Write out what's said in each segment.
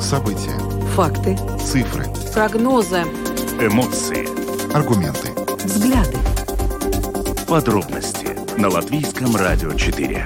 События. Факты. Цифры. Прогнозы. Эмоции. Аргументы. Взгляды. Подробности на Латвийском радио 4.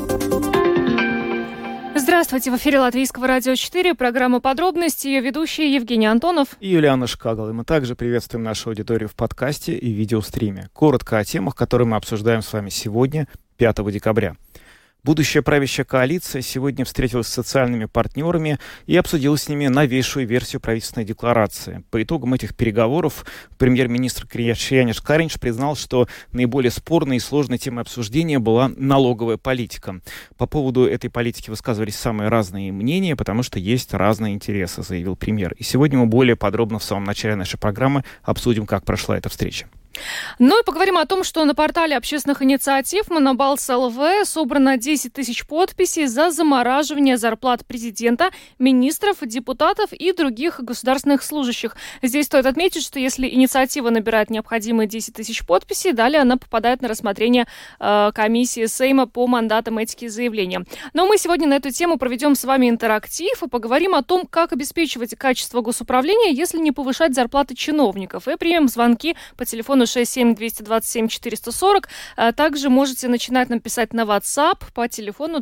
Здравствуйте, в эфире Латвийского радио 4, программа «Подробности», ее ведущие Евгений Антонов и Юлиана Шкагл. И мы также приветствуем нашу аудиторию в подкасте и видеостриме. Коротко о темах, которые мы обсуждаем с вами сегодня, 5 декабря. Будущая правящая коалиция сегодня встретилась с социальными партнерами и обсудила с ними новейшую версию правительственной декларации. По итогам этих переговоров премьер-министр Кришьянис Кариньш признал, что наиболее спорной и сложной темой обсуждения была налоговая политика. По поводу этой политики высказывались самые разные мнения, потому что есть разные интересы, заявил премьер. И сегодня мы более подробно в самом начале нашей программы обсудим, как прошла эта встреча. Ну и поговорим о том, что на портале общественных инициатив Монобалс ЛВ собрано 10 тысяч подписей за замораживание зарплат президента, министров, депутатов и других государственных служащих. Здесь стоит отметить, что если инициатива набирает необходимые 10 тысяч подписей, далее она попадает на рассмотрение комиссии Сейма по мандатам этики и заявления. Но мы сегодня на эту тему проведем с вами интерактив и поговорим о том, как обеспечивать качество госуправления, если не повышать зарплаты чиновников. И примем звонки по телефону 67-227-440. Также можете начинать нам писать на WhatsApp по телефону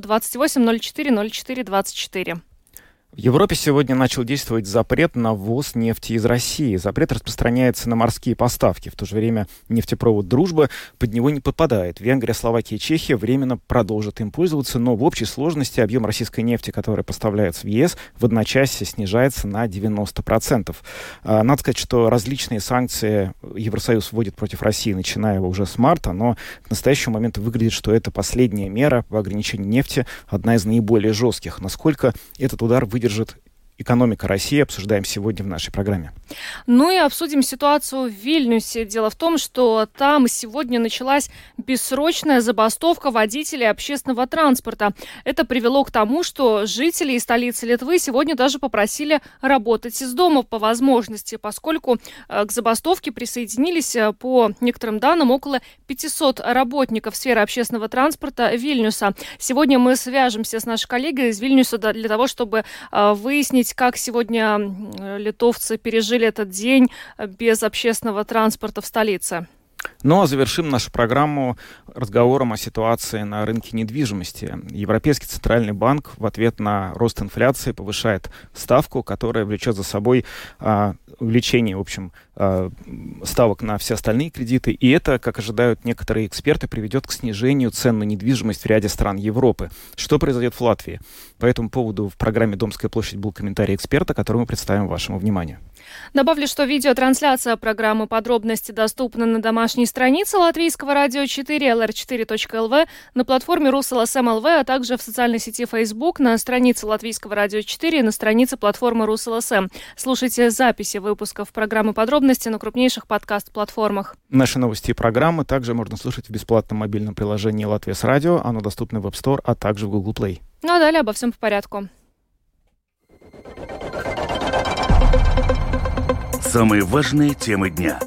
2804-04-24. В Европе сегодня начал действовать запрет на ввоз нефти из России. Запрет распространяется на морские поставки. В то же время нефтепровод «Дружба» под него не попадает. Венгрия, Словакия и Чехия временно продолжат им пользоваться, но в общей сложности объем российской нефти, которая поставляется в ЕС, в одночасье снижается на 90%. Надо сказать, что различные санкции Евросоюз вводит против России, начиная уже с марта, но к настоящему моменту выглядит, что это последняя мера по ограничению нефти, одна из наиболее жестких. Насколько этот удар выдержит экономика России, обсуждаем сегодня в нашей программе. Ну и обсудим ситуацию в Вильнюсе. Дело в том, что там сегодня началась бессрочная забастовка водителей общественного транспорта. Это привело к тому, что жители из столицы Литвы сегодня даже попросили работать из дома по возможности, поскольку к забастовке присоединились, по некоторым данным, около 500 работников сферы общественного транспорта Вильнюса. Сегодня мы свяжемся с нашей коллегой из Вильнюса для того, чтобы выяснить, как сегодня литовцы пережили этот день без общественного транспорта в столице. Ну а завершим нашу программу разговором о ситуации на рынке недвижимости. Европейский центральный банк в ответ на рост инфляции повышает ставку, которая влечет за собой увеличение, в общем, ставок на все остальные кредиты. И это, как ожидают некоторые эксперты, приведет к снижению цен на недвижимость в ряде стран Европы. Что произойдет в Латвии? По этому поводу в программе «Домская площадь» был комментарий эксперта, который мы представим вашему вниманию. Добавлю, что видеотрансляция программы «Подробности» доступна на домашней странице Латвийского радио 4, lr4.lv, на платформе RusLSM.lv, а также в социальной сети Facebook, на странице Латвийского радио 4 и на странице платформы RusLSM. Слушайте записи выпусков программы «Подробности» на крупнейших подкаст-платформах. Наши новости и программы также можно слушать в бесплатном мобильном приложении «Латвия с радио». Оно доступно в App Store, а также в Google Play. Ну а далее обо всем по порядку. Самые важные темы дня.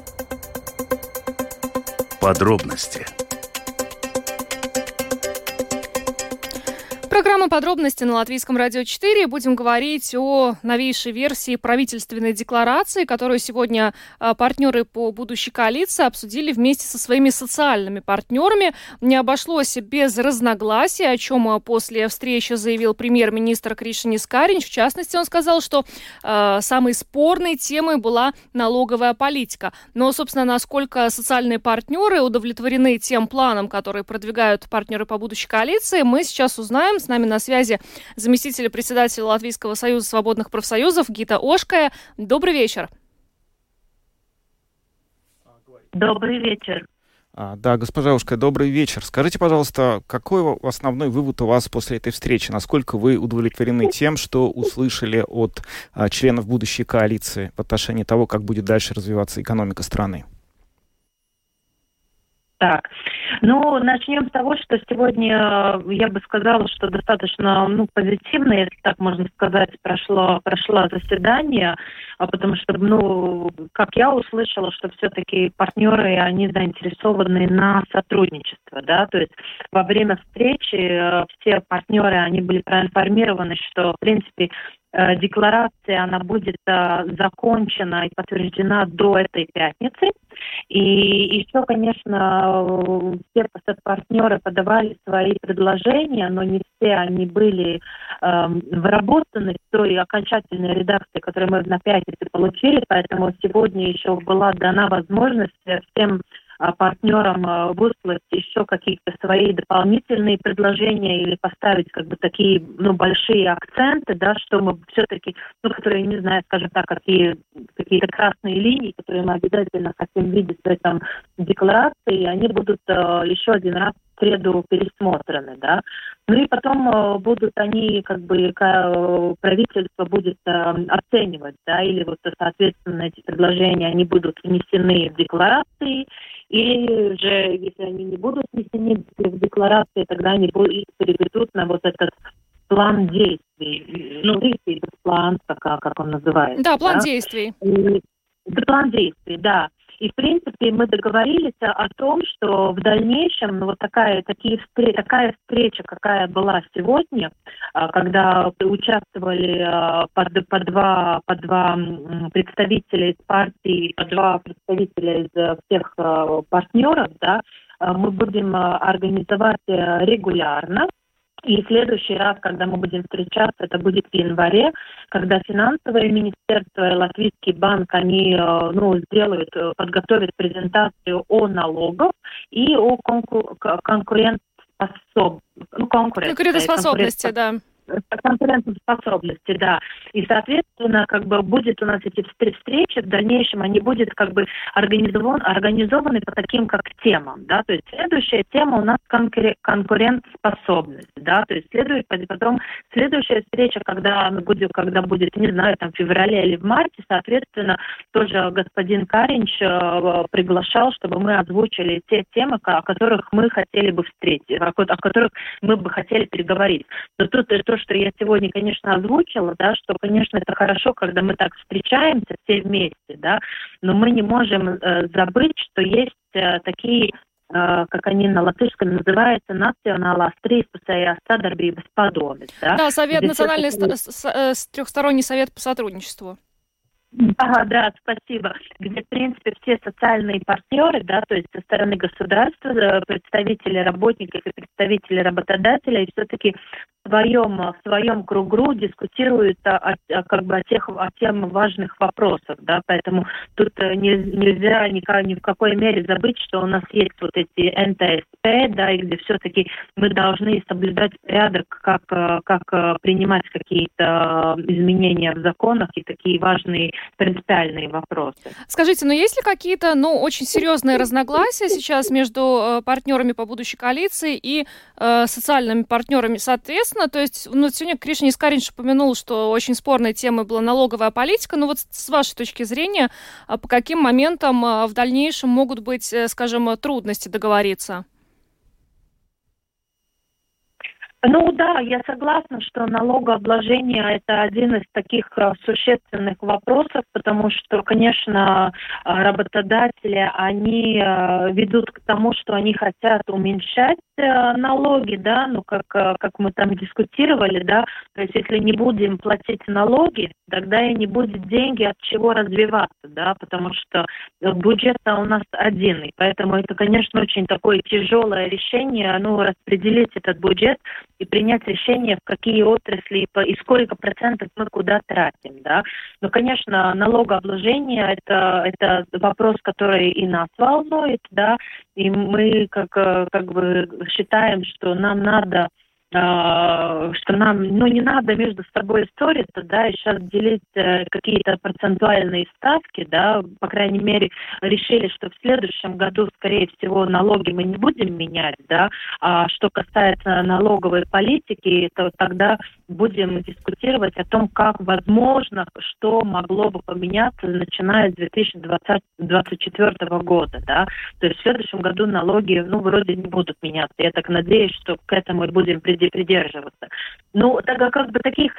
Подробности. Программа «Подробности» на Латвийском радио 4. Будем говорить о новейшей версии правительственной декларации, которую сегодня партнеры по будущей коалиции обсудили вместе со своими социальными партнерами. Не обошлось без разногласий, о чем после встречи заявил премьер-министр Кришьянис Кариньш. В частности, он сказал, что самой спорной темой была налоговая политика. Но, собственно, насколько социальные партнеры удовлетворены тем планом, который продвигают партнеры по будущей коалиции, мы сейчас узнаем. С нами на связи заместитель председателя Латвийского союза свободных профсоюзов Гита Ошкая. Добрый вечер. Добрый вечер. Да, госпожа Ошкая, добрый вечер. Скажите, пожалуйста, какой основной вывод у вас после этой встречи? Насколько вы удовлетворены тем, что услышали от членов будущей коалиции в отношении того, как будет дальше развиваться экономика страны? Так, начнем с того, что сегодня, я бы сказала, что достаточно, позитивно, если так можно сказать, прошла заседание, потому что, как я услышала, что все-таки партнеры, они заинтересованы на сотрудничество, да, то есть во время встречи все партнеры, они были проинформированы, что, в принципе, декларация, она будет закончена и подтверждена до этой пятницы. И еще, конечно, все партнеры подавали свои предложения, но не все они были выработаны в той окончательной редакции, которую мы на пятнице получили, поэтому сегодня еще была дана возможность всем партнерам выслать еще какие-то свои дополнительные предложения или поставить как бы такие большие акценты, да, что мы все-таки, которые, не знаю, скажем так, какие-то красные линии, которые мы обязательно хотим видеть в этом декларации, они будут еще один раз в среду пересмотрены, да. Ну и потом будут они, как бы, правительство будет оценивать, да, или вот, соответственно, эти предложения, они будут внесены в декларации, или же, если они не будут внесены в декларации, тогда они их переведут на вот этот план действий. Видите, план, как он называется. Да, план действий. План действий, да. И, в принципе, мы договорились о том, что в дальнейшем такая встреча, какая была сегодня, когда участвовали по два представителя из партии, по два представителя из всех партнеров, да, мы будем организовать регулярно. И в следующий раз, когда мы будем встречаться, это будет в январе, когда финансовое министерство и Латвийский банк, они подготовят презентацию о налогах и о конкурентоспособности, да. Конкурентоспособности, да. И, соответственно, как бы будет у нас эти встречи в дальнейшем, они будут как бы организованы по таким как темам, да. То есть следующая тема у нас конкурентоспособность, да. То есть потом следующая встреча, когда будет, не знаю, там в феврале или в марте, соответственно, тоже господин Каринч приглашал, чтобы мы озвучили те темы, о которых мы хотели бы встретить, о которых мы бы хотели переговорить. Но тут то, что я сегодня, конечно, озвучила, да, что, конечно, это хорошо, когда мы так встречаемся все вместе, да, но мы не можем забыть, что есть такие, как они на латышском называются, национālās trīspusējās sadarbības padomes. Да, национальный трехсторонний совет по сотрудничеству. Ага, да, спасибо. Где, в принципе, все социальные партнеры, да, то есть со стороны государства, представители работников и представители работодателей, все-таки в своем кругу дискутируют о тем важных вопросах, да, поэтому тут нельзя ни в какой мере забыть, что у нас есть вот эти НТСП, да, и где все-таки мы должны соблюдать порядок, как принимать какие-то изменения в законах и такие важные принципиальные вопросы. Скажите, но есть ли какие-то, очень серьезные разногласия сейчас между партнерами по будущей коалиции и социальными партнерами, соответственно? То есть, сегодня Кришнис Каринч упомянул, что очень спорной темой была налоговая политика. Но вот с вашей точки зрения, по каким моментам в дальнейшем могут быть, скажем, трудности договориться? Да, я согласна, что налогообложение – это один из таких существенных вопросов, потому что, конечно, работодатели, они ведут к тому, что они хотят уменьшать налоги, да, как мы там дискутировали, да, то есть если не будем платить налоги, тогда и не будет деньги, от чего развиваться, да, потому что бюджет-то у нас один, и поэтому это, конечно, очень такое тяжелое решение, распределить этот бюджет и принять решение, в какие отрасли и сколько процентов мы куда тратим, да. Но, конечно, налогообложение – это вопрос, который и нас волнует, да, и мы как бы считаем, что нам надо не надо между собой ссориться, да, и сейчас делить какие-то процентуальные ставки, да, по крайней мере, решили, что в следующем году, скорее всего, налоги мы не будем менять, да, а что касается налоговой политики, то тогда будем дискутировать о том, как возможно, что могло бы поменяться, начиная с 2024 года, да, то есть в следующем году налоги, вроде не будут меняться, я так надеюсь, что к этому и будем придерживаться. Так как бы таких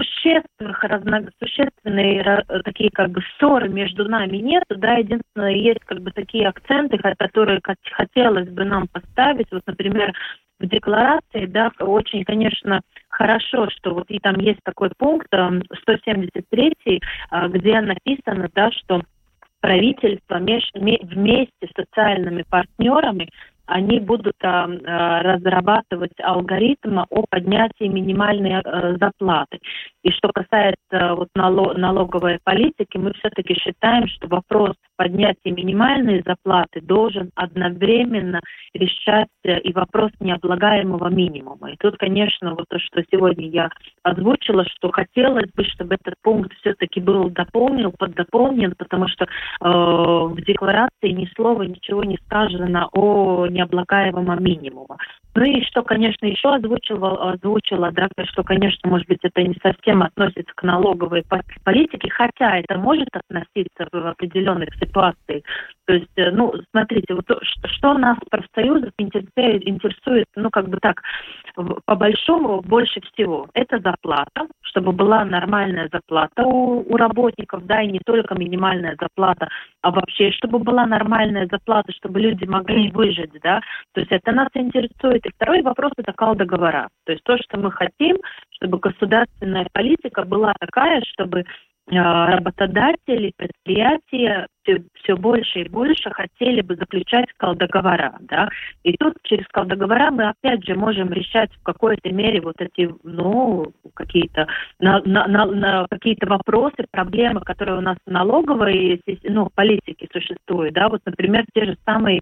существенные такие как бы ссоры между нами нет, да, единственное, есть как бы такие акценты, которые хотелось бы нам поставить, вот, например, в декларации, да, очень, конечно, хорошо, что вот и там есть такой пункт 173, где написано, да, что правительство вместе с социальными партнерами они будут разрабатывать алгоритмы о поднятии минимальной зарплаты. И что касается вот налоговой политики, мы все-таки считаем, что вопрос поднятия минимальной зарплаты должен одновременно решать и вопрос необлагаемого минимума. И тут, конечно, вот то, что сегодня я озвучила, что хотелось бы, чтобы этот пункт все-таки был поддополнен, потому что в декларации ни слова, ничего не сказано о необлагаемом минимуме. Ну и что, конечно, еще озвучила, да, что, конечно, может быть, это не совсем относится к налоговой политике, хотя это может относиться в определенных ситуациях. То есть, смотрите, вот что нас профсоюзов интересует, по большому больше всего, это зарплата, чтобы была нормальная зарплата у работников, да, и не только минимальная зарплата, а вообще, чтобы была нормальная зарплата, чтобы люди могли выжить, да. То есть это нас интересует. И второй вопрос – это калдоговора. То есть то, что мы хотим, чтобы государственная политика была такая, чтобы работодатели, предприятия все больше и больше хотели бы заключать калдоговора, да. И тут через калдоговора мы опять же можем решать в какой-то мере вот эти, какие-то какие-то вопросы, проблемы, которые у нас в налоговой политике существуют, да. Вот, например, те же самые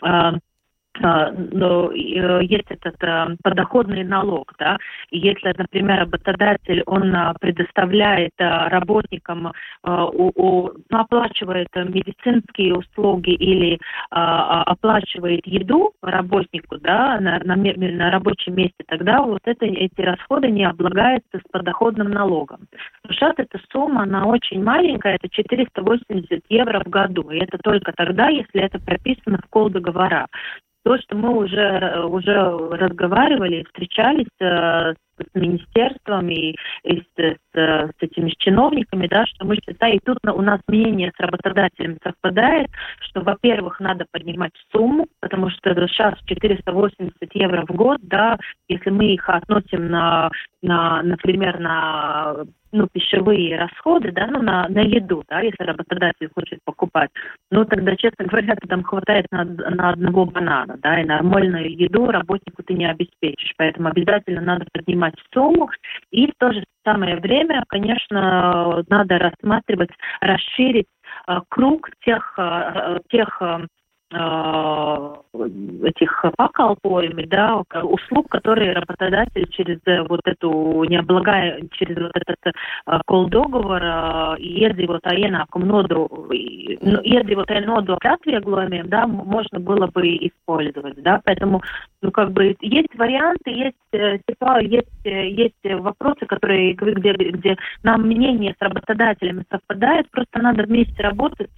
есть этот подоходный налог, да, и если, например, работодатель, он предоставляет работникам, оплачивает медицинские услуги или оплачивает еду работнику, да, на рабочем месте, тогда вот эти расходы не облагаются с подоходным налогом. Сейчас эта сумма, она очень маленькая, это 480 евро в году, и это только тогда, если это прописано в колдоговора. То, что мы уже разговаривали, встречались с министерством и с этими чиновниками, да, что мы считаем, и тут у нас мнение с работодателем совпадает, что, во-первых, надо поднимать сумму, потому что сейчас 480 евро в год, да, если мы их относим например, на пищевые расходы, да, на еду, да, если работодатель хочет покупать, тогда, честно говоря, там хватает на одного банана, да, и нормальную еду работнику ты не обеспечишь, поэтому обязательно надо поднимать сумму, и в то же самое время, конечно, надо рассматривать, расширить круг тех этих пакалпоями, да, услуг, которые работодатель через через вот этот колдоговор iedzīvotāju ienākumu nodokļu atvieglojumiem, да, можно было бы использовать, да, поэтому, есть варианты, есть вопросы, которые, где нам мнение с работодателями совпадает, просто надо вместе работать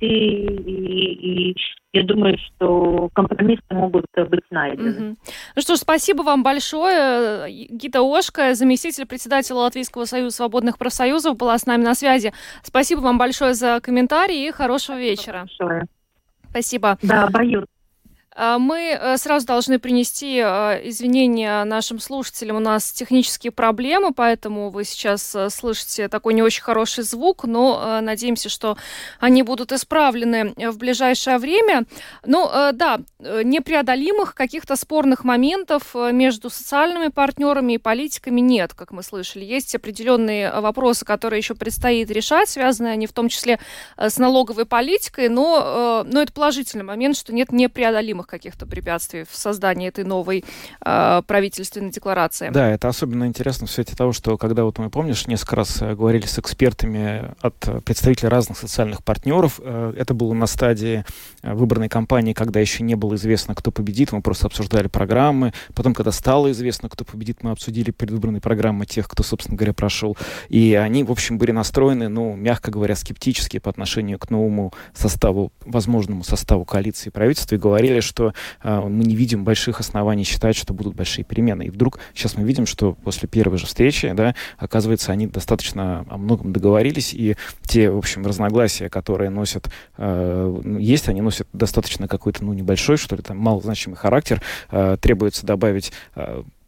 и я думаю, что компромиссы могут быть найдены. Ну что ж, спасибо вам большое. Гита Ошка, заместитель председателя Латвийского союза свободных профсоюзов, была с нами на связи. Спасибо вам большое за комментарии и хорошего вечера. Большое. Спасибо. Да, боюсь. Мы сразу должны принести извинения нашим слушателям. У нас технические проблемы, поэтому вы сейчас слышите такой не очень хороший звук, но надеемся, что они будут исправлены в ближайшее время. Да, непреодолимых каких-то спорных моментов между социальными партнерами и политиками нет, как мы слышали. Есть определенные вопросы, которые еще предстоит решать, связанные они в том числе с налоговой политикой, но это положительный момент, что нет непреодолимых каких-то препятствий в создании этой новой правительственной декларации. Да, это особенно интересно в свете того, что когда мы, помнишь, несколько раз говорили с экспертами от представителей разных социальных партнеров, это было на стадии выборной кампании, когда еще не было известно, кто победит, мы просто обсуждали программы, потом, когда стало известно, кто победит, мы обсудили предвыборные программы тех, кто, собственно говоря, прошел, и они, в общем, были настроены, мягко говоря, скептически по отношению к новому возможному составу коалиции и правительства, и говорили, что мы не видим больших оснований считать, что будут большие перемены. И вдруг сейчас мы видим, что после первой же встречи, да, оказывается, они достаточно о многом договорились, и те, в общем, разногласия, которые носят, они носят достаточно какой-то, небольшой, что ли, там, малозначимый характер. Требуется добавить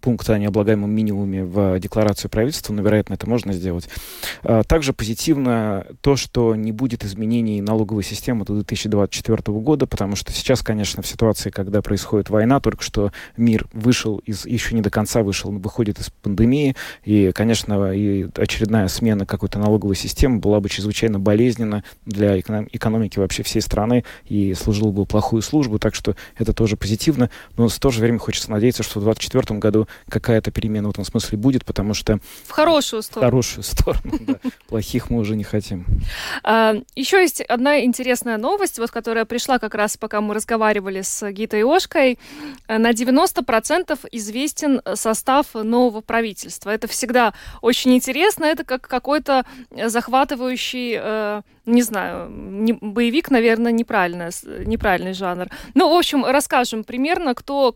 пункта о необлагаемом минимуме в декларацию правительства, но, вероятно, это можно сделать. Также позитивно то, что не будет изменений налоговой системы до 2024 года, потому что сейчас, конечно, в ситуации, когда происходит война, только что мир еще не до конца выходит из пандемии, и, конечно, и очередная смена какой-то налоговой системы была бы чрезвычайно болезненна для экономики вообще всей страны и служила бы плохую службу, так что это тоже позитивно, но в то же время хочется надеяться, что в 2024 году какая-то перемена в этом смысле будет, потому что... В хорошую сторону. В хорошую сторону, да. Плохих мы уже не хотим. Еще есть одна интересная новость, которая пришла как раз, пока мы разговаривали с Гитой Ошкой. На 90% известен состав нового правительства. Это всегда очень интересно. Это как какой-то захватывающий... не знаю, боевик, наверное, неправильный жанр. В общем, расскажем примерно, кто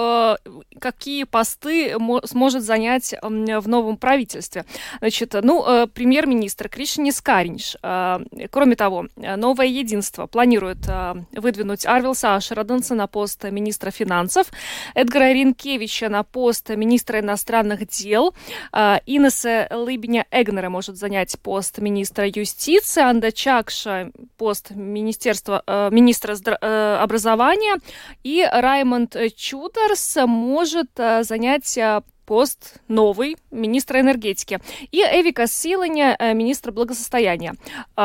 какие посты сможет занять в новом правительстве. Значит, премьер-министр Кришинис Кариньш. Кроме того, Новое единство планирует выдвинуть Арвилса Ашраденса на пост министра финансов, Эдгара Ринкевича на пост министра иностранных дел, Инесса Либня-Эгнера может занять пост министра юстиции, Анда Чакша пост министра образования, и Раймонд Чударс может занять пост новый министра энергетики. И Эвика Силаня, министра благосостояния.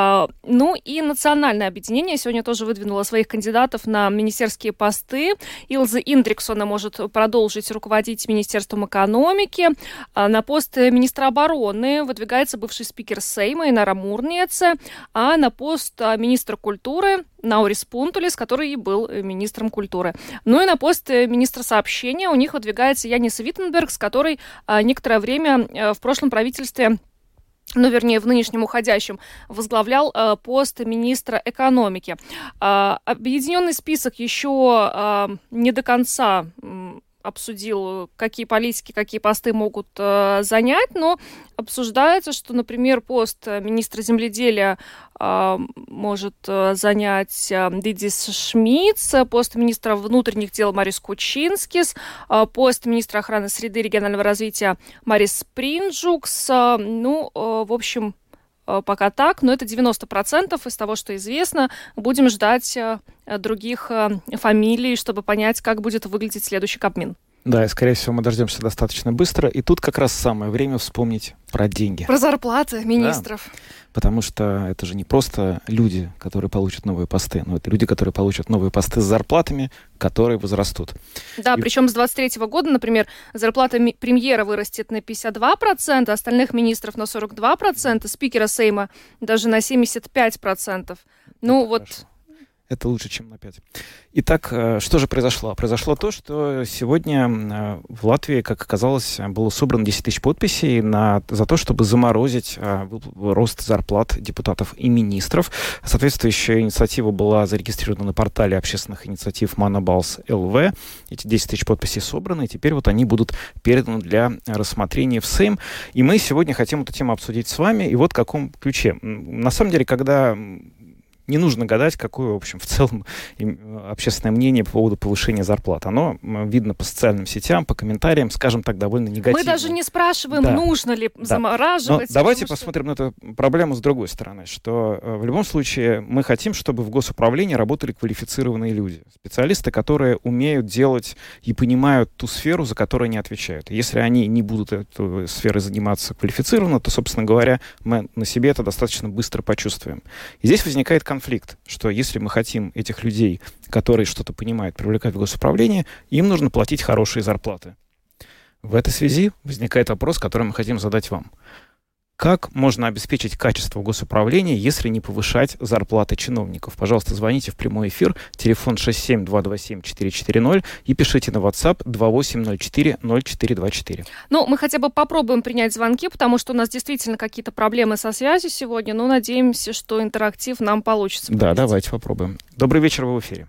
И Национальное объединение сегодня тоже выдвинуло своих кандидатов на министерские посты. Илза Индриксона может продолжить руководить Министерством экономики. На пост министра обороны выдвигается бывший спикер Сейма Инара Мурниеце, а на пост министра культуры Наурис Пунтулис, который и был министром культуры. И на пост министра сообщения у них выдвигается Янис Виттенбергс, который некоторое время в прошлом правительстве, в нынешнем уходящем, возглавлял пост министра экономики. Объединенный список еще не до конца обсудил, какие политики, какие посты могут занять, но обсуждается, что, например, пост министра земледелия может занять Дидис Шмидц, пост министра внутренних дел Марис Кучинскис, пост министра охраны среды и регионального развития Марис Принджукс. В общем, пока так, но это 90% из того, что известно. Будем ждать других фамилий, чтобы понять, как будет выглядеть следующий Кабмин. Да, и, скорее всего, мы дождемся достаточно быстро. И тут как раз самое время вспомнить про деньги. Про зарплаты министров. Да, потому что это же не просто люди, которые получат новые посты, но это люди, которые получат новые посты с зарплатами, которые возрастут. Да, причем с 2023 года, например, зарплата премьера вырастет на 52%, остальных министров на 42%, спикера Сейма даже на 75%. Это лучше, чем на 5. Итак, что же произошло? Произошло то, что сегодня в Латвии, как оказалось, было собрано 10 тысяч подписей за то, чтобы заморозить рост зарплат депутатов и министров. Соответствующая инициатива была зарегистрирована на портале общественных инициатив Манабалс ЛВ. Эти 10 тысяч подписей собраны, и теперь они будут переданы для рассмотрения в Сейм. И мы сегодня хотим эту тему обсудить с вами. И в каком ключе. На самом деле, когда... Не нужно гадать, какое, в общем, в целом общественное мнение по поводу повышения зарплат. Оно видно по социальным сетям, по комментариям, скажем так, довольно негативно. Мы даже не спрашиваем, нужно ли замораживать. Но давайте посмотрим на эту проблему с другой стороны, что в любом случае мы хотим, чтобы в госуправлении работали квалифицированные люди, специалисты, которые умеют делать и понимают ту сферу, за которую они отвечают. Если они не будут этой сферой заниматься квалифицированно, то, собственно говоря, мы на себе это достаточно быстро почувствуем. И здесь возникает конфликт, что если мы хотим этих людей, которые что-то понимают, привлекать в госуправление, им нужно платить хорошие зарплаты. В этой связи возникает вопрос, который мы хотим задать вам. Как можно обеспечить качество госуправления, если не повышать зарплаты чиновников? Пожалуйста, звоните в прямой эфир, телефон 67-227-440 и пишите на WhatsApp 2804-0424. Мы хотя бы попробуем принять звонки, потому что у нас действительно какие-то проблемы со связью сегодня, но надеемся, что интерактив нам получится. Да, давайте попробуем. Добрый вечер, вы в эфире.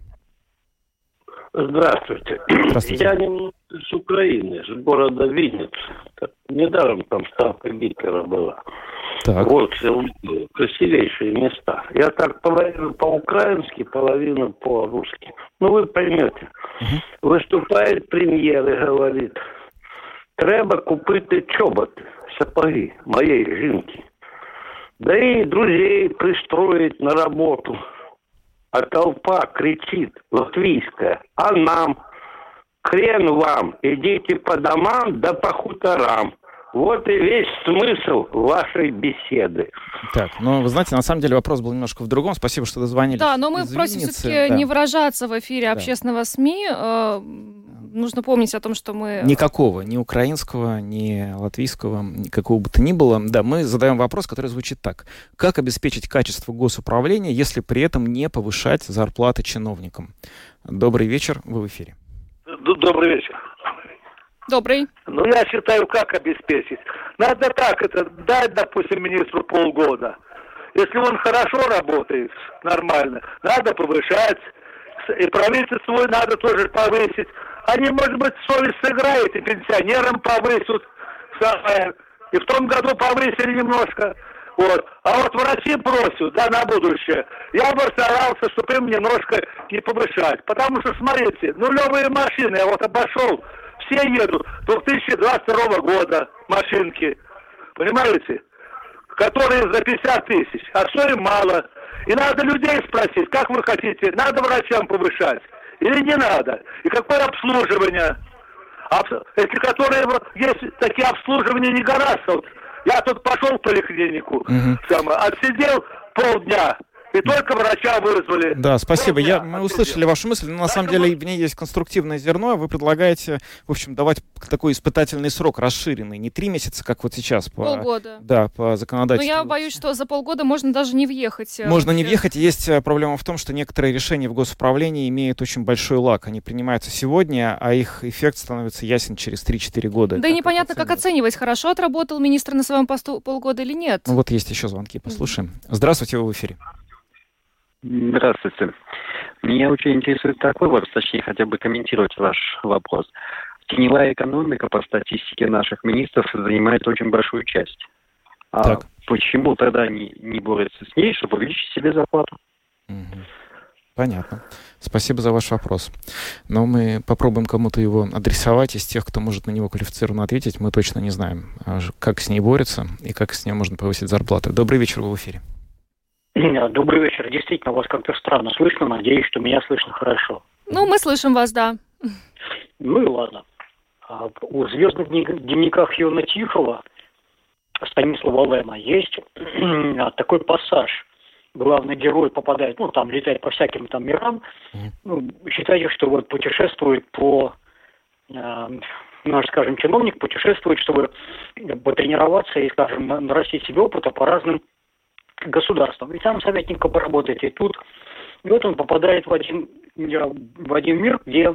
Здравствуйте. Здравствуйте. Я с Украины, с города Винница. Недаром там ставка Гитлера была. Так. Красивейшие места. Я так половину по-украински, половину по-русски. Вы поймете. Выступает премьер и говорит, треба купити чоботи, сапоги моей жінки. Да и друзей пристроить на работу. А толпа кричит, латвийская, а нам? Хрен вам, идите по домам да по хуторам. Вот и весь смысл вашей беседы. Так, ну, вы знаете, на самом деле вопрос был немножко в другом. Спасибо, что дозвонились. Да, но мы просим все-таки не выражаться в эфире общественного СМИ. Нужно помнить о том, что мы... Никакого, ни украинского, ни латвийского, никакого бы то ни было. Да, мы задаем вопрос, который звучит так. Как обеспечить качество госуправления, если при этом не повышать зарплаты чиновникам? Добрый вечер, вы в эфире. Добрый вечер. Добрый. Ну, я считаю, как обеспечить. Надо так, дать, допустим, министру полгода. Если он хорошо работает, нормально, надо повышать. И правительству надо тоже повысить. Они, может быть, совесть сыграет, и пенсионерам повысят. И в том году повысили немножко. Вот. А вот врачи просят, да, на будущее. Я бы старался, чтобы им немножко не повышать. Потому что, смотрите, нулевые машины, я вот обошел, все едут 2022 года машинки, понимаете, которые за 50 тысяч, а все им мало. И надо людей спросить, как вы хотите, надо врачам повышать или не надо, и какое обслуживание. Если которые есть такие обслуживания не гораздо. Вот, я тут пошел в поликлинику, отсидел полдня. И только врача вызвали. Да, спасибо. Мы услышали вашу мысль, но на самом деле в ней есть конструктивное зерно. Вы предлагаете, в общем, давать такой испытательный срок расширенный, не 3 месяца, как вот сейчас. Полгода. Да, по законодательству. Но я боюсь, что за полгода можно даже не въехать. Можно не въехать. Есть проблема в том, что некоторые решения в госуправлении имеют очень большой лаг. Они принимаются сегодня, а их эффект становится ясен через 3-4 года. Да и непонятно, как оценивать, хорошо отработал министр на своем посту полгода или нет. Ну вот есть еще звонки, послушаем. Здравствуйте, вы в эфире. Здравствуйте. Меня очень интересует такой вопрос, точнее, хотя бы комментировать ваш вопрос. Теневая экономика, по статистике наших министров, занимает очень большую часть. А почему тогда они не борются с ней, чтобы увеличить себе зарплату? Понятно. Спасибо за ваш вопрос. Но мы попробуем кому-то его адресовать. Из тех, кто может на него квалифицированно ответить, мы точно не знаем, как с ней борются и как с ней можно повысить зарплаты. Добрый вечер, вы в эфире. Добрый вечер. Действительно, вас как-то странно слышно. Надеюсь, что меня слышно хорошо. Ну, мы слышим вас, да. Ну и ладно. У «Звездных дневниках Иона Тихого» Станислава Лема есть такой пассаж. Главный герой попадает, там летает по всяким там мирам. Считайте, что вот путешествует по... наш, скажем, чиновник путешествует, чтобы потренироваться и, скажем, нарастить себе опыта по разным государством. И там советником поработает, и тут. И вот он попадает в один мир, где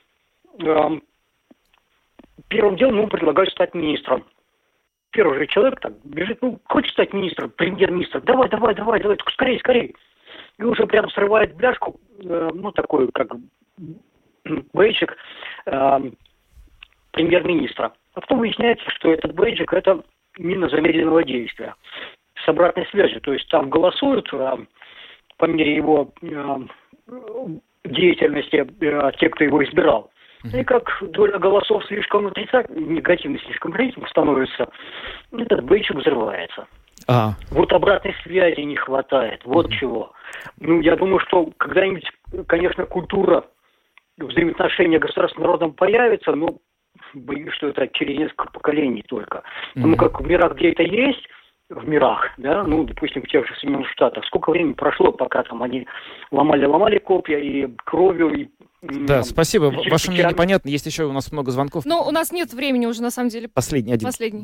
первым делом ему предлагают стать министром. Первый же человек так бежит, хочет стать министром, премьер-министром. Давай, только скорее. И уже прям срывает бляшку, такой, как бейджик премьер-министра. А потом выясняется, что этот бейджик – это мина замедленного действия. С обратной связью. То есть там голосуют по мере его деятельности те, кто его избирал. И как доля голосов слишком негативный слишком рейтинг становится, этот бейджик взрывается. Вот обратной связи не хватает. Вот чего. Я думаю, что когда-нибудь, конечно, культура взаимоотношения государства с народом появится, но боюсь, что это через несколько поколений только. Потому как в мирах, где это есть, в мирах, да, допустим, в тех же Соединенных Штатах, сколько времени прошло, пока там они ломали копья и кровью, и... Да, спасибо. Ваше мнение понятно. Есть еще у нас много звонков. Но у нас нет времени уже, на самом деле. Последний.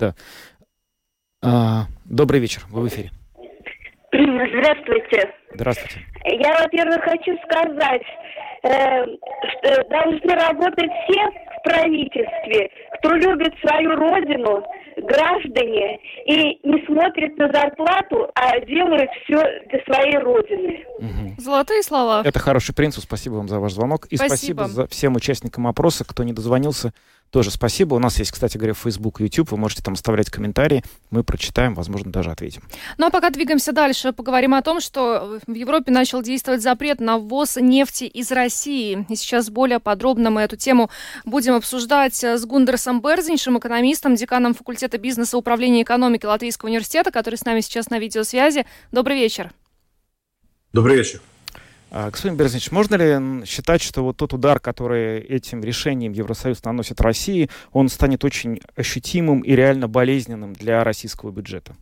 Да. Добрый вечер. Вы в эфире. Здравствуйте. Здравствуйте. Я, во-первых, хочу сказать, что должны работать все в правительстве, кто любит свою родину, граждане, и не смотрят на зарплату, а делают все для своей родины. Золотые слова. Это хороший принцип. Спасибо вам за ваш звонок. И спасибо всем участникам опроса, кто не дозвонился. Тоже спасибо. У нас есть, кстати говоря, Facebook и YouTube. Вы можете там оставлять комментарии. Мы прочитаем, возможно, даже ответим. Ну а пока двигаемся дальше, поговорим о том, что в Европе начал действовать запрет на ввоз нефти из России. И сейчас более подробно мы эту тему будем обсуждать с Гундерсом Берзиншем, экономистом, деканом факультета бизнеса и управления экономики Латвийского университета, который с нами сейчас на видеосвязи. Добрый вечер. Добрый вечер. Господин Берзинш, можно ли считать, что вот тот удар, который этим решением Евросоюз наносит России, он станет очень ощутимым и реально болезненным для российского бюджета?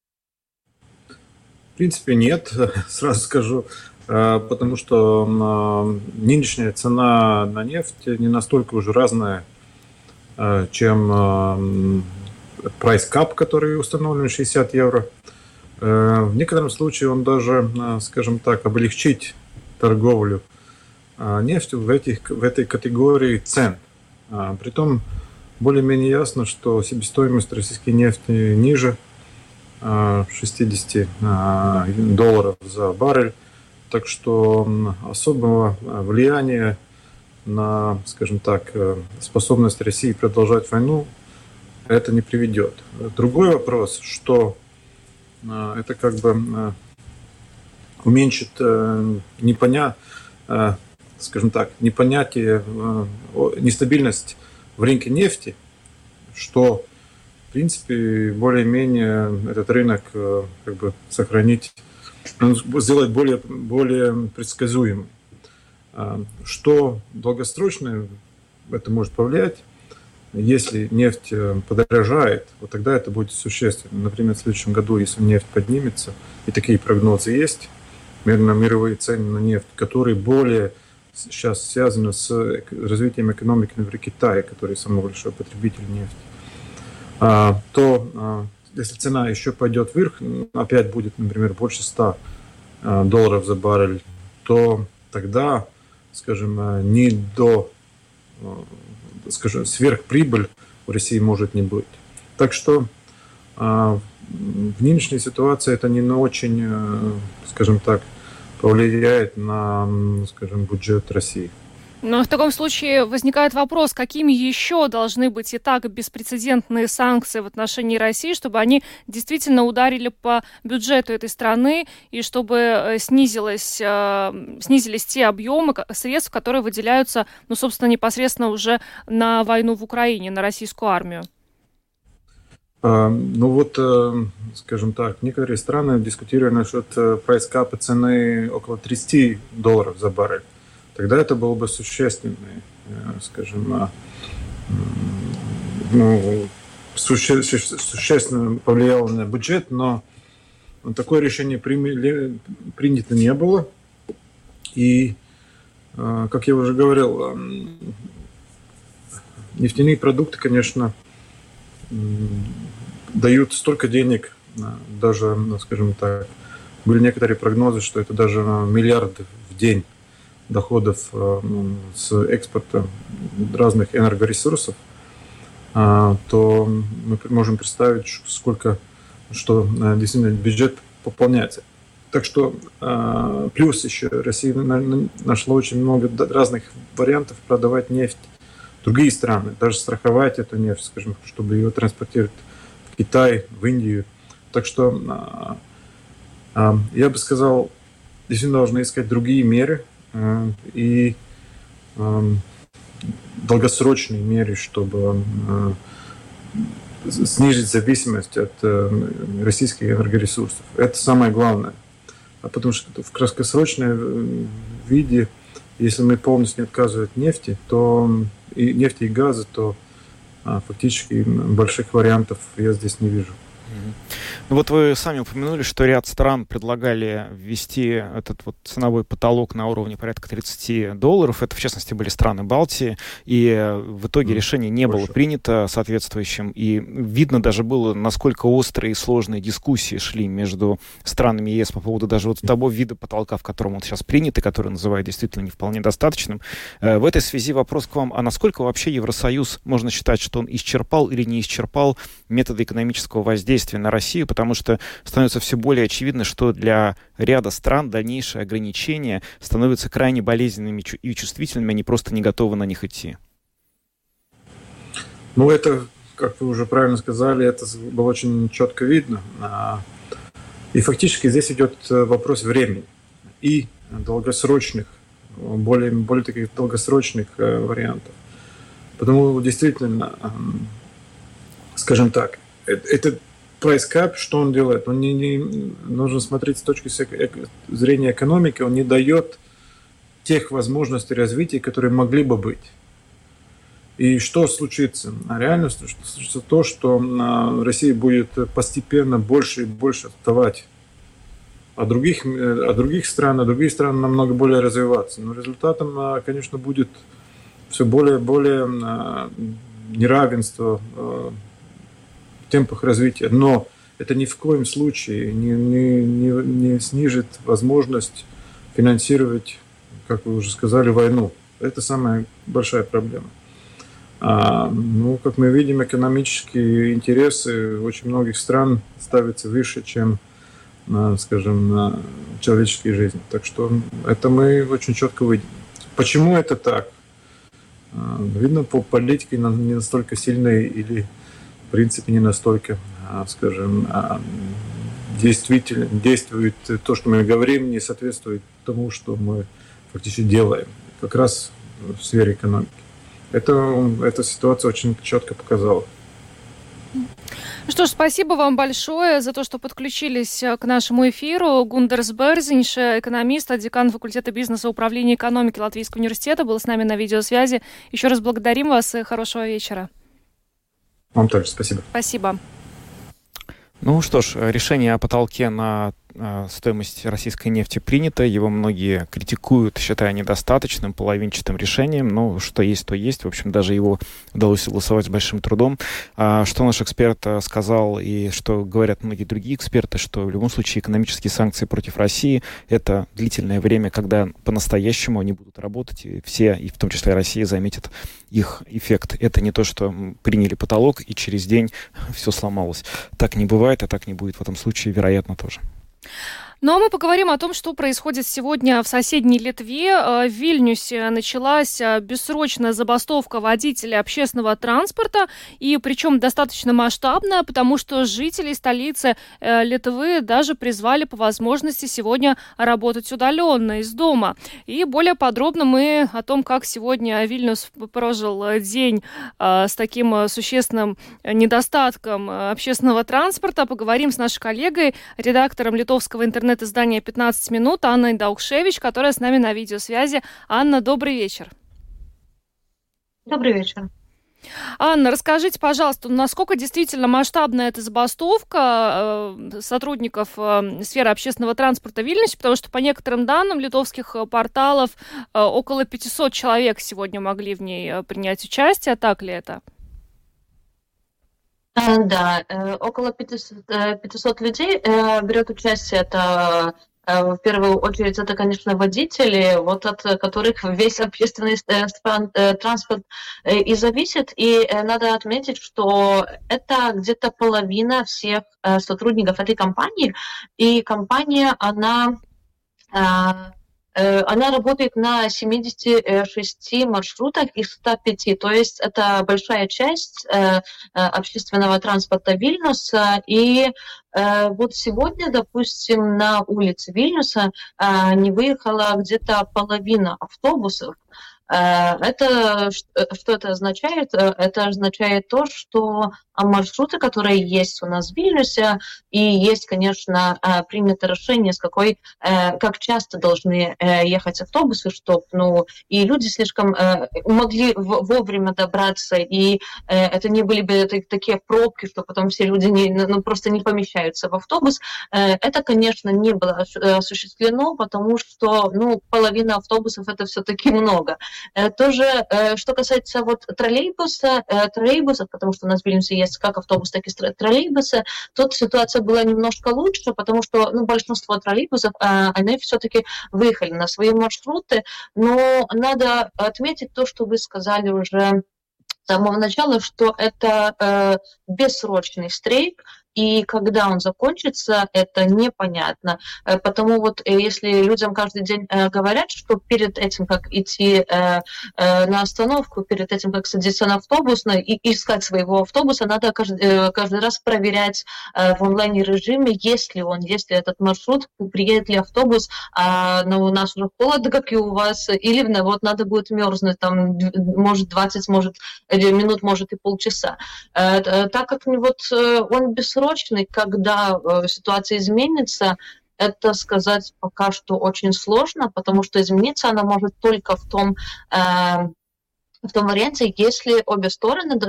В принципе, нет, сразу скажу, потому что нынешняя цена на нефть не настолько уже разная, чем price cap, который установлен 60 евро. В некотором случае он даже, скажем так, облегчить торговлю нефтью в этой категории цен. Притом более-менее ясно, что себестоимость российской нефти ниже 60 долларов за баррель. Так что особого влияния на, скажем так, способность России продолжать войну это не приведет. Другой вопрос, что это как бы уменьшит непонятие, нестабильность в рынке нефти, что, в принципе, более-менее этот рынок как бы сохранить, сделать более предсказуемым. Что долгосрочно это может повлиять? Если нефть подорожает, вот тогда это будет существенно. Например, в следующем году, если нефть поднимется, и такие прогнозы есть, мировые цены на нефть, которые более сейчас связаны с развитием экономики, например, Китая, который самый большой потребитель нефти, то если цена еще пойдет вверх, опять будет, например, больше 100 долларов за баррель, то тогда, скажем, сверхприбыль в России может не быть. Так что в нынешней ситуации это не очень, скажем так, повлияет на, скажем, бюджет России. Но в таком случае возникает вопрос, какими еще должны быть и так беспрецедентные санкции в отношении России, чтобы они действительно ударили по бюджету этой страны и чтобы снизились те объемы средств, которые выделяются, собственно, непосредственно уже на войну в Украине, на российскую армию? Скажем так, некоторые страны дискутируют насчет прайс-капа цены около 30 долларов за баррель. Тогда это было бы существенно повлияло на бюджет, но такое решение принято не было. И, как я уже говорил, нефтяные продукты, конечно, дают столько денег, даже, скажем так, были некоторые прогнозы, что это даже миллиарды в день доходов с экспорта разных энергоресурсов, то мы можем представить, что действительно бюджет пополняется. Так что плюс еще Россия нашла очень много разных вариантов продавать нефть в другие страны, даже страховать эту нефть, скажем, чтобы ее транспортировать в Китай, в Индию. Так что я бы сказал, действительно должны искать другие меры и долгосрочные меры, чтобы снизить зависимость от российских энергоресурсов. Это самое главное. Потому что в краткосрочном виде, если мы полностью не отказываем от нефти, и газа, то фактически больших вариантов я здесь не вижу. Ну вот вы сами упомянули, что ряд стран предлагали ввести этот вот ценовой потолок на уровне порядка 30 долларов. Это, в частности, были страны Балтии. И в итоге решение не было принято соответствующим. И видно даже было, насколько острые и сложные дискуссии шли между странами ЕС по поводу даже вот того вида потолка, в котором он сейчас принят, и который называют действительно не вполне достаточным. В этой связи вопрос к вам. А насколько вообще Евросоюз, можно считать, что он исчерпал или не исчерпал методы экономического воздействия на Россию, потому что становится все более очевидно, что для ряда стран дальнейшие ограничения становятся крайне болезненными и чувствительными, они просто не готовы на них идти. Ну, это, как вы уже правильно сказали, это было очень четко видно. И фактически здесь идет вопрос времени и долгосрочных, более таких долгосрочных вариантов. Потому действительно, скажем так, этот price cap, что он делает? Он не нужно смотреть с точки зрения экономики, он не дает тех возможностей развития, которые могли бы быть. И что случится? Реально случится то, что Россия будет постепенно больше и больше отставать от других стран, а другие страны намного более развиваться. Но результатом, конечно, будет все более неравенство в темпах развития. Но это ни в коем случае не снижит возможность финансировать, как вы уже сказали, войну. Это самая большая проблема. Как мы видим, экономические интересы очень многих стран ставятся выше, чем, скажем, человеческие жизни. Так что это мы очень четко видим. Почему это так? Видно, по политике не настолько сильной или, в принципе, не настолько, скажем, действует то, что мы говорим, не соответствует тому, что мы фактически делаем, как раз в сфере экономики. Эта ситуация очень четко показала. Что ж, спасибо вам большое за то, что подключились к нашему эфиру. Гундерс Берзинш, экономист, декан факультета бизнеса и управления экономики Латвийского университета, был с нами на видеосвязи. Еще раз благодарим вас и хорошего вечера. Вам также спасибо. Спасибо. Ну что ж, решение о потолке на стоимость российской нефти принято. Его многие критикуют, считая недостаточным, половинчатым решением. Но что есть, то есть. В общем, даже его удалось согласовать с большим трудом. Что наш эксперт сказал и что говорят многие другие эксперты, что в любом случае экономические санкции против России — это длительное время, когда по-настоящему они будут работать, и все, и в том числе Россия, заметят их эффект. Это не то, что приняли потолок, и через день все сломалось. Так не бывает, а так не будет в этом случае, вероятно, тоже. Ну а мы поговорим о том, что происходит сегодня в соседней Литве. В Вильнюсе началась бессрочная забастовка водителей общественного транспорта, и причем достаточно масштабная, потому что жители столицы Литвы даже призвали по возможности сегодня работать удаленно из дома. И более подробно мы о том, как сегодня Вильнюс прожил день с таким существенным недостатком общественного транспорта, поговорим с нашей коллегой, редактором литовского интернета издание «15 минут» Анной Даукшевич, которая с нами на видеосвязи. Анна, добрый вечер. Добрый вечер. Анна, расскажите, пожалуйста, насколько действительно масштабная эта забастовка сотрудников сферы общественного транспорта в Вильнюсе, потому что по некоторым данным литовских порталов около 500 человек сегодня могли в ней принять участие. Так ли это? Да, около 500 людей берет участие. Это в первую очередь, это, конечно, водители, вот от которых весь общественный транспорт и зависит. И надо отметить, что это где-то половина всех сотрудников этой компании. И компания, она работает на 76 маршрутах из 105, то есть это большая часть общественного транспорта Вильнюса. И вот сегодня, допустим, на улице Вильнюса не выехала где-то половина автобусов. Это, что это означает? Это означает то, что маршруты, которые есть у нас в Вильнюсе, и есть, конечно, принято решение, как часто должны ехать автобусы, чтобы и люди слишком могли вовремя добраться, и это не были бы такие пробки, что потом все люди просто не помещаются в автобус. Это, конечно, не было осуществлено, потому что половина автобусов — это все-таки много. Тоже, что касается троллейбусов, потому что у нас в Вильнюсе есть как автобус, так и троллейбусы, тут ситуация была немножко лучше, потому что большинство троллейбусов, они все-таки выехали на свои маршруты, но надо отметить то, что вы сказали уже с самого начала, что это бессрочный стрейк, и когда он закончится, это непонятно. Потому вот если людям каждый день говорят, что перед этим, как идти на остановку, перед этим, как садиться на автобус и искать своего автобуса, надо каждый раз проверять в онлайн-режиме, есть ли этот маршрут, приедет ли автобус, но у нас уже холодно, как и у вас, или вот надо будет мерзнуть, там, может 20, может минут, может и полчаса. Так как вот он бессрочный, когда ситуация изменится, это сказать пока что очень сложно, потому что измениться она может только в том варианте, если обе стороны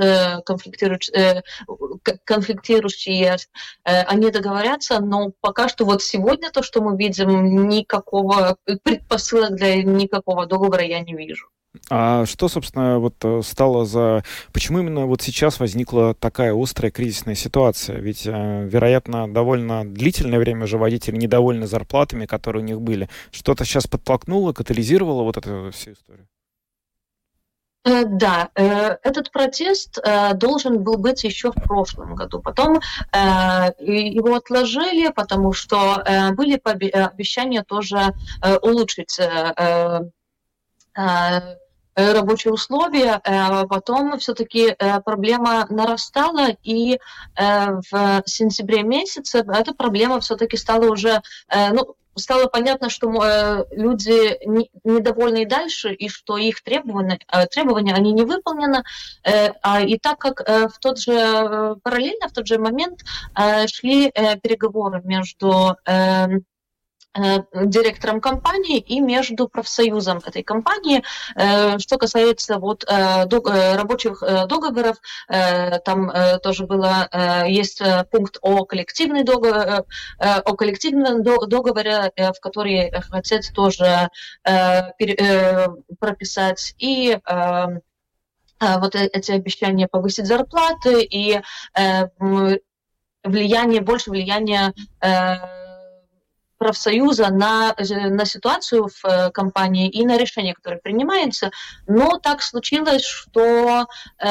конфликтирующие, они договорятся, но пока что вот сегодня то, что мы видим, никакого предпосылок для никакого договора я не вижу. А что, собственно, вот стало почему именно вот сейчас возникла такая острая кризисная ситуация? Ведь, вероятно, довольно длительное время уже водители недовольны зарплатами, которые у них были. Что-то сейчас подтолкнуло, катализировало вот эту всю историю? Да, этот протест должен был быть еще в прошлом году. Потом его отложили, потому что были обещания тоже улучшить рабочие условия. Потом все-таки проблема нарастала, и в сентябре месяце эта проблема все-таки стала уже... стало понятно, что люди недовольны и дальше, и что их требования они не выполнены. И так как параллельно в тот же момент шли переговоры между директором компании и между профсоюзом этой компании. Что касается рабочих договоров, там тоже есть пункт о коллективном договоре, в который хотят тоже прописать и вот эти обещания повысить зарплаты и больше влияния профсоюза на ситуацию в компании и на решение, которое принимается. Но так случилось, что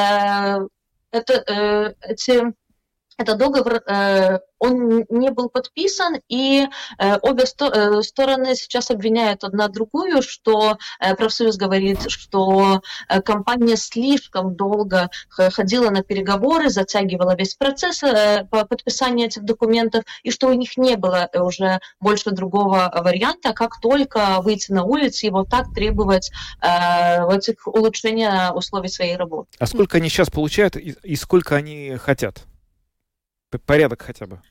этот договор он не был подписан, и обе стороны сейчас обвиняют одна другую, что профсоюз говорит, что компания слишком долго ходила на переговоры, затягивала весь процесс подписания этих документов, и что у них не было уже больше другого варианта, как только выйти на улицу и вот так требовать улучшения условий своей работы. А сколько они сейчас получают и сколько они хотят? Порядок хотя бы.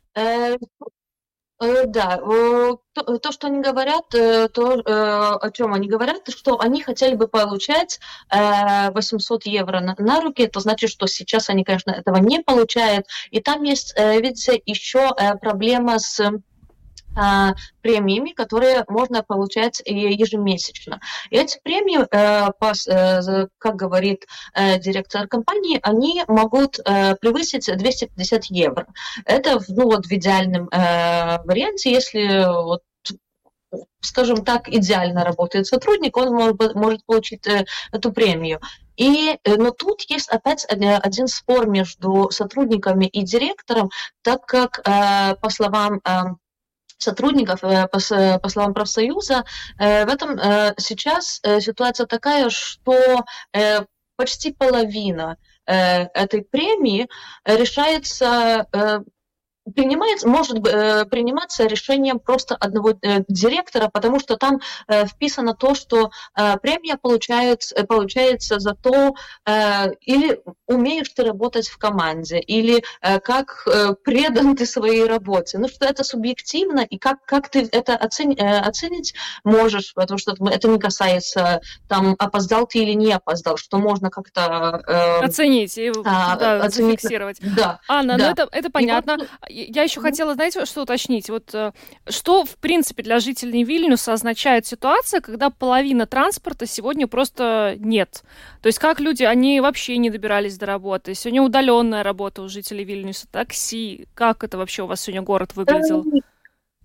Да, то, что они говорят, о чем они говорят, что они хотели бы получать 800 евро на руки. Это значит, что сейчас они, конечно, этого не получают. И там есть, видите, еще проблема с премиями, которые можно получать ежемесячно. И эти премии, как говорит директор компании, они могут превысить 250 евро. Это в идеальном варианте, если скажем так, идеально работает сотрудник, он может получить эту премию. Но тут есть опять один спор между сотрудниками и директором, так как, по словам сотрудников, по словам профсоюза, в этом сейчас ситуация такая, что почти половина этой премии может приниматься решением просто одного директора, потому что там вписано то, что премия получается за то, или умеешь ты работать в команде, или как предан ты своей работе. Что это субъективно, и как ты это оценить можешь, потому что это не касается, опоздал ты или не опоздал, что можно как-то... оценить и зафиксировать. Да. Анна, это понятно. Я еще хотела, знаете, что уточнить? Что, в принципе, для жителей Вильнюса означает ситуация, когда половина транспорта сегодня просто нет? То есть как люди, они вообще не добирались до работы? Сегодня удаленная работа у жителей Вильнюса, такси. Как это вообще у вас сегодня город выглядел?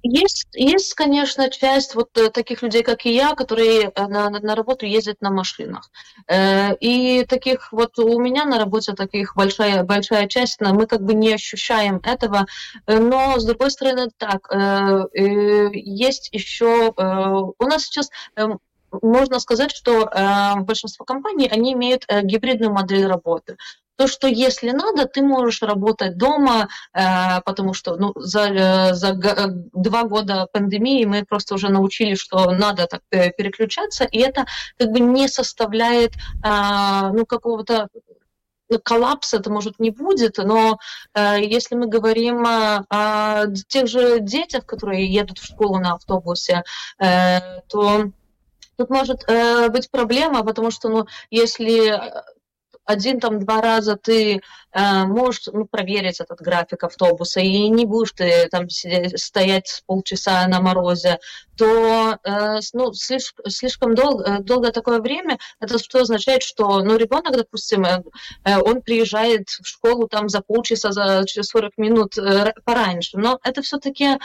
Есть, конечно, часть вот таких людей, как и я, которые на работу ездят на машинах. И таких вот у меня на работе таких большая часть, мы как бы не ощущаем этого. Но, с другой стороны, так, есть еще... У нас сейчас... Можно сказать, что большинство компаний, они имеют гибридную модель работы. То, что если надо, ты можешь работать дома, потому что за 2 года пандемии мы просто уже научились, что надо так переключаться, и это как бы не составляет какого-то коллапса, это, может, не будет, но если мы говорим о тех же детях, которые едут в школу на автобусе, то тут может быть проблема, потому что, если 1-2 раза ты можешь проверить этот график автобуса, и не будешь ты там стоять полчаса на морозе, то слишком долгое такое время, это что означает, что ребенок, допустим, он приезжает в школу там за полчаса, за 40 минут пораньше, но это все-таки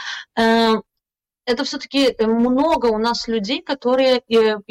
много у нас людей, которые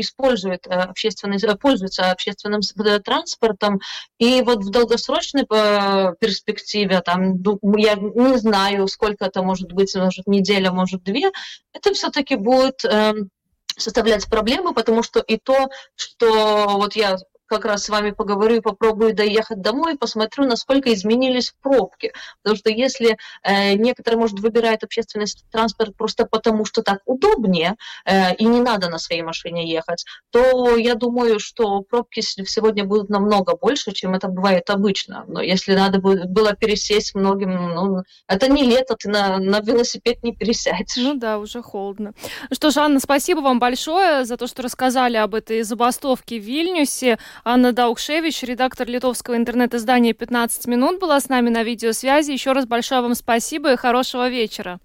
пользуются общественным транспортом, и вот в долгосрочной перспективе, я не знаю, сколько это может быть, может неделя, может 2, это все-таки будет составлять проблемы, потому что и то, что вот я как раз с вами поговорю и попробую доехать домой, посмотрю, насколько изменились пробки. Потому что если некоторые, может, выбирают общественный транспорт просто потому, что так удобнее, и не надо на своей машине ехать, то я думаю, что пробки сегодня будут намного больше, чем это бывает обычно. Но если надо было пересесть многим, это не лето, ты на велосипед не пересядешь. Да, уже холодно. Что ж, Анна, спасибо вам большое за то, что рассказали об этой забастовке в Вильнюсе. Анна Даукшевич, редактор литовского интернет-издания «15 минут», была с нами на видеосвязи. Еще раз большое вам спасибо и хорошего вечера.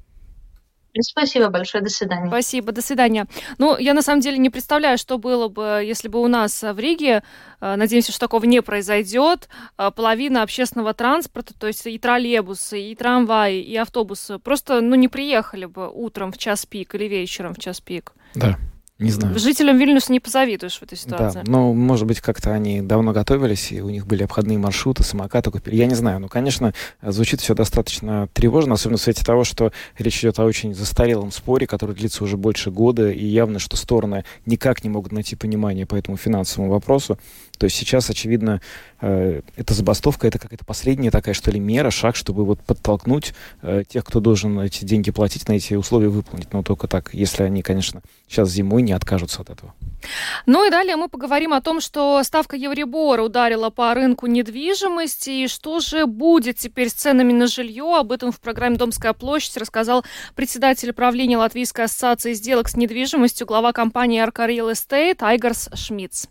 Спасибо большое, до свидания. Спасибо, до свидания. Я на самом деле не представляю, что было бы, если бы у нас в Риге, надеемся, что такого не произойдет, половина общественного транспорта, то есть и троллейбусы, и трамваи, и автобусы, просто не приехали бы утром в час пик или вечером в час пик. Да. Не знаю. Жителям Вильнюса не позавидуешь в этой ситуации. Да, может быть, как-то они давно готовились, и у них были обходные маршруты, самокаты купили. Я не знаю, конечно, звучит все достаточно тревожно, особенно в свете того, что речь идет о очень застарелом споре, который длится уже больше года, и явно, что стороны никак не могут найти понимание по этому финансовому вопросу. То есть сейчас, очевидно, эта забастовка — это какая-то последняя такая, что ли, мера, шаг, чтобы подтолкнуть тех, кто должен эти деньги платить, на эти условия выполнить. Но только так, если они, конечно, сейчас зимой не откажутся от этого. И далее мы поговорим о том, что ставка Еврибора ударила по рынку недвижимости, и что же будет теперь с ценами на жилье. Об этом в программе «Домская площадь» рассказал председатель правления Латвийской ассоциации сделок с недвижимостью, глава компании «Арка Real Estate» Айгарс Шмидц.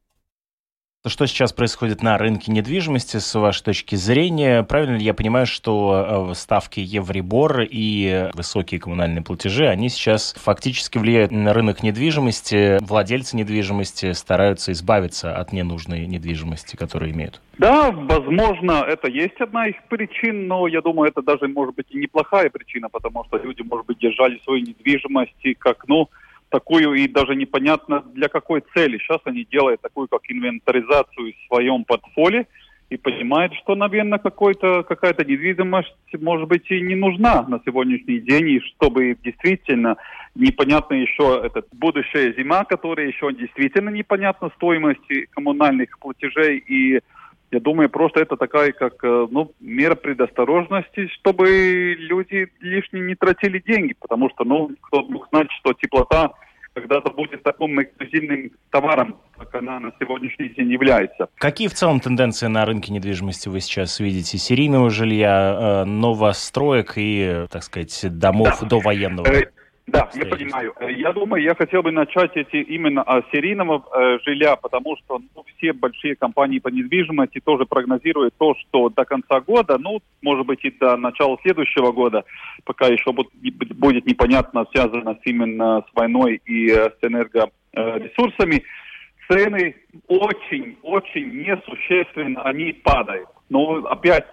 Что сейчас происходит на рынке недвижимости, с вашей точки зрения? Правильно ли я понимаю, что ставки Еврибор и высокие коммунальные платежи, они сейчас фактически влияют на рынок недвижимости? Владельцы недвижимости стараются избавиться от ненужной недвижимости, которую имеют? Да, возможно, это есть одна из причин, но я думаю, это даже может быть и неплохая причина, потому что люди, может быть, держали свою недвижимость как, такую, и даже непонятно для какой цели. Сейчас они делают такую, как инвентаризацию в своем портфолио и понимают, что, наверное, какая-то недвижимость, может быть, и не нужна на сегодняшний день, и чтобы действительно непонятно еще будущая зима, которая еще действительно непонятна стоимость коммунальных платежей, и я думаю, просто это такая, как мера предосторожности, чтобы люди лишние не тратили деньги, потому что, кто мог знать, что теплота когда-то будет таким эксклюзивным товаром, как она на сегодняшний день является. Какие в целом тенденции на рынке недвижимости вы сейчас видите? Серийного жилья, новостроек и, так сказать, домов довоенного? Да, я понимаю. Я думаю, я хотел бы начать именно с серийного жилья, потому что все большие компании по недвижимости тоже прогнозируют то, что до конца года, может быть, и до начала следующего года, пока еще будет непонятно, связано именно с войной и с энергоресурсами, цены очень несущественно, они падают. Но опять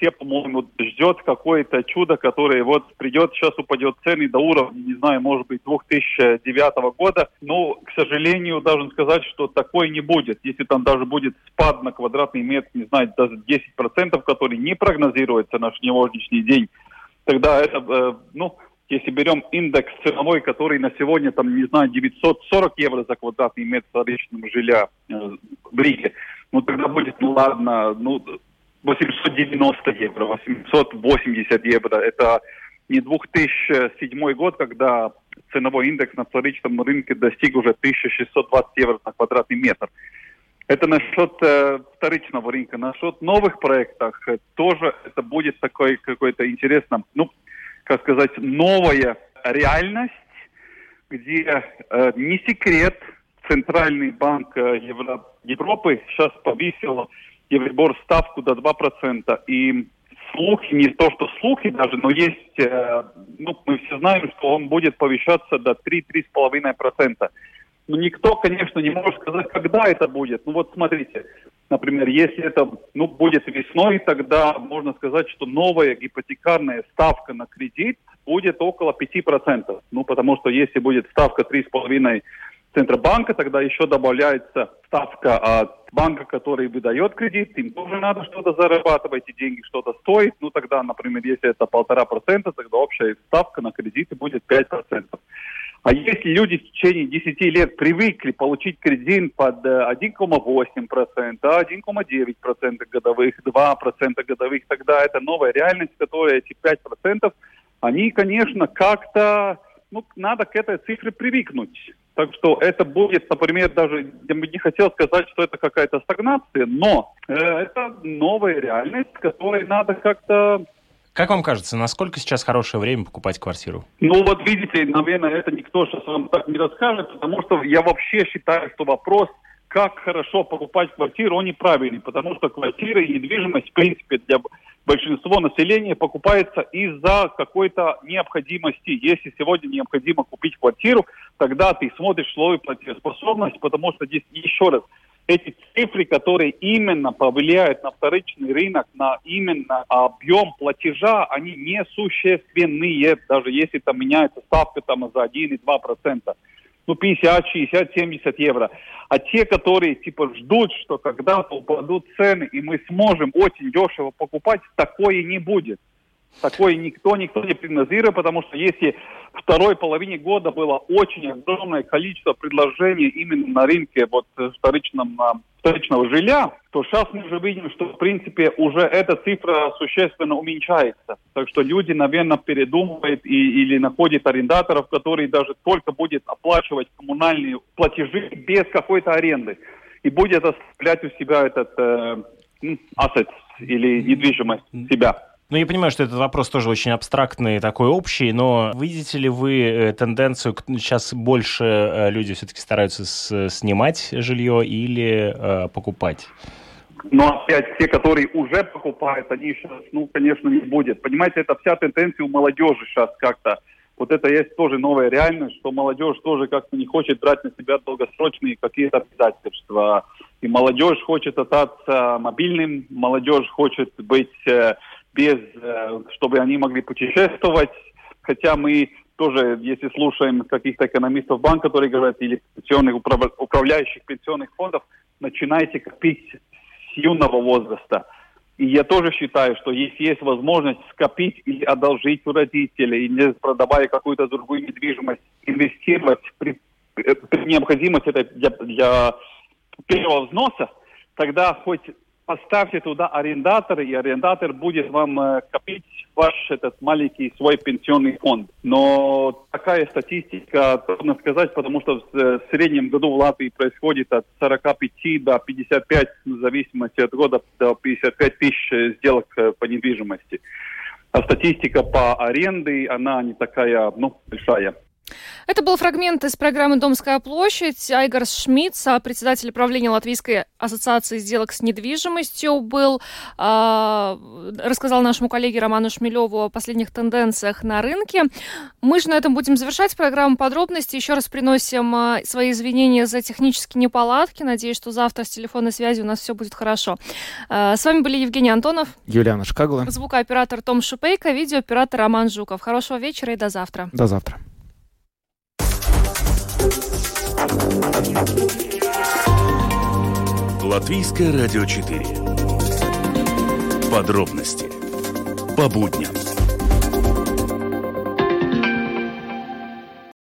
все, по-моему, ждет какое-то чудо, которое вот придет, сейчас упадет цены до уровня, не знаю, может быть, 2009 года. Но, к сожалению, должен сказать, что такое не будет. Если там даже будет спад на квадратный метр, не знаю, даже 10%, который не прогнозируется на сегодняшний день, тогда это, если берем индекс ценовой, который на сегодня, там, не знаю, 940 евро за квадратный метр вторичного жилья в Риге, тогда будет, 890 евро, 880 евро. Это не 2007 год, когда ценовой индекс на вторичном рынке достиг уже 1620 евро на квадратный метр. Это насчет вторичного рынка. Насчет новых проектов тоже это будет такое какое-то интересное, новая реальность, где не секрет, Центральный банк Европы сейчас повысил Евробор ставку до 2%. И слухи, не то что слухи даже, но есть, мы все знаем, что он будет повышаться до 3-3,5%. Но никто, конечно, не может сказать, когда это будет. Смотрите, например, если это будет весной, тогда можно сказать, что новая ипотекарная ставка на кредит будет около 5%. Потому что если будет ставка 3,5% Центробанка, тогда еще добавляется ставка от банка, который выдает кредит, им тоже надо что-то зарабатывать, эти деньги что-то стоят. Тогда, например, если это 1,5%, тогда общая ставка на кредиты будет 5%. А если люди в течение 10 лет привыкли получить кредит под 1,8%, 1,9% годовых, 2% годовых, тогда это новая реальность, которая эти 5%, они, конечно, как-то, надо к этой цифре привыкнуть. Так что это будет, например, даже, я бы не хотел сказать, что это какая-то стагнация, но это новая реальность, которой надо как-то... Как вам кажется, насколько сейчас хорошее время покупать квартиру? Видите, наверное, это никто сейчас вам так не расскажет, потому что я вообще считаю, что вопрос, как хорошо покупать квартиру, он неправильный, потому что квартиры и недвижимость, в принципе, для большинства населения покупается из-за какой-то необходимости. Если сегодня необходимо купить квартиру, тогда ты смотришь свою платежеспособность, потому что здесь еще раз, эти цифры, которые именно повлияют на вторичный рынок, на именно объем платежа, они несущественные, даже если там меняется ставка за 1,2%. 50, 60, 70 евро. А те, которые ждут, что когда-то упадут цены, и мы сможем очень дешево покупать, такое не будет. Такое никто не прогнозирует, потому что если в второй половине года было очень огромное количество предложений именно на рынке вторичного жилья, то сейчас мы уже видим, что в принципе уже эта цифра существенно уменьшается. Так что люди, наверное, передумывают или находят арендаторов, которые даже только будут оплачивать коммунальные платежи без какой-то аренды. И будет оставлять у себя этот ассет или недвижимость себя. Я понимаю, что этот вопрос тоже очень абстрактный, такой общий, но видите ли вы тенденцию, сейчас больше люди все-таки стараются снимать жилье или покупать? Опять, те, которые уже покупают, они сейчас, конечно, не будет. Понимаете, это вся тенденция у молодежи сейчас как-то. Вот это есть тоже новая реальность, что молодежь тоже как-то не хочет брать на себя долгосрочные какие-то обязательства. И молодежь хочет остаться мобильным, молодежь хочет быть... чтобы они могли путешествовать, хотя мы тоже, если слушаем каких-то экономистов банка, которые говорят, или управляющих пенсионных фондов, начинайте копить с юного возраста. И я тоже считаю, что если есть возможность скопить или одолжить у родителей, или продавая какую-то другую недвижимость, инвестировать при необходимости это для первого взноса, тогда хоть поставьте туда арендатора, и арендатор будет вам копить ваш этот маленький свой пенсионный фонд. Но такая статистика, трудно сказать, потому что в среднем году в Латвии происходит от 45 до 55, в зависимости от года, до 55 тысяч сделок по недвижимости. А статистика по аренде, она не такая, большая. Это был фрагмент из программы «Домская площадь». Айгарс Шмидц, председатель правления Латвийской ассоциации сделок с недвижимостью, рассказал нашему коллеге Роману Шмелеву о последних тенденциях на рынке. Мы же на этом будем завершать программу подробностей. Еще раз приносим свои извинения за технические неполадки. Надеюсь, что завтра с телефонной связью у нас все будет хорошо. С вами были Евгений Антонов, Юлиана Шкагла, звукооператор Том Шупейко, видеооператор Роман Жуков. Хорошего вечера и до завтра. До завтра. Латвийское радио 4. Подробности по будням.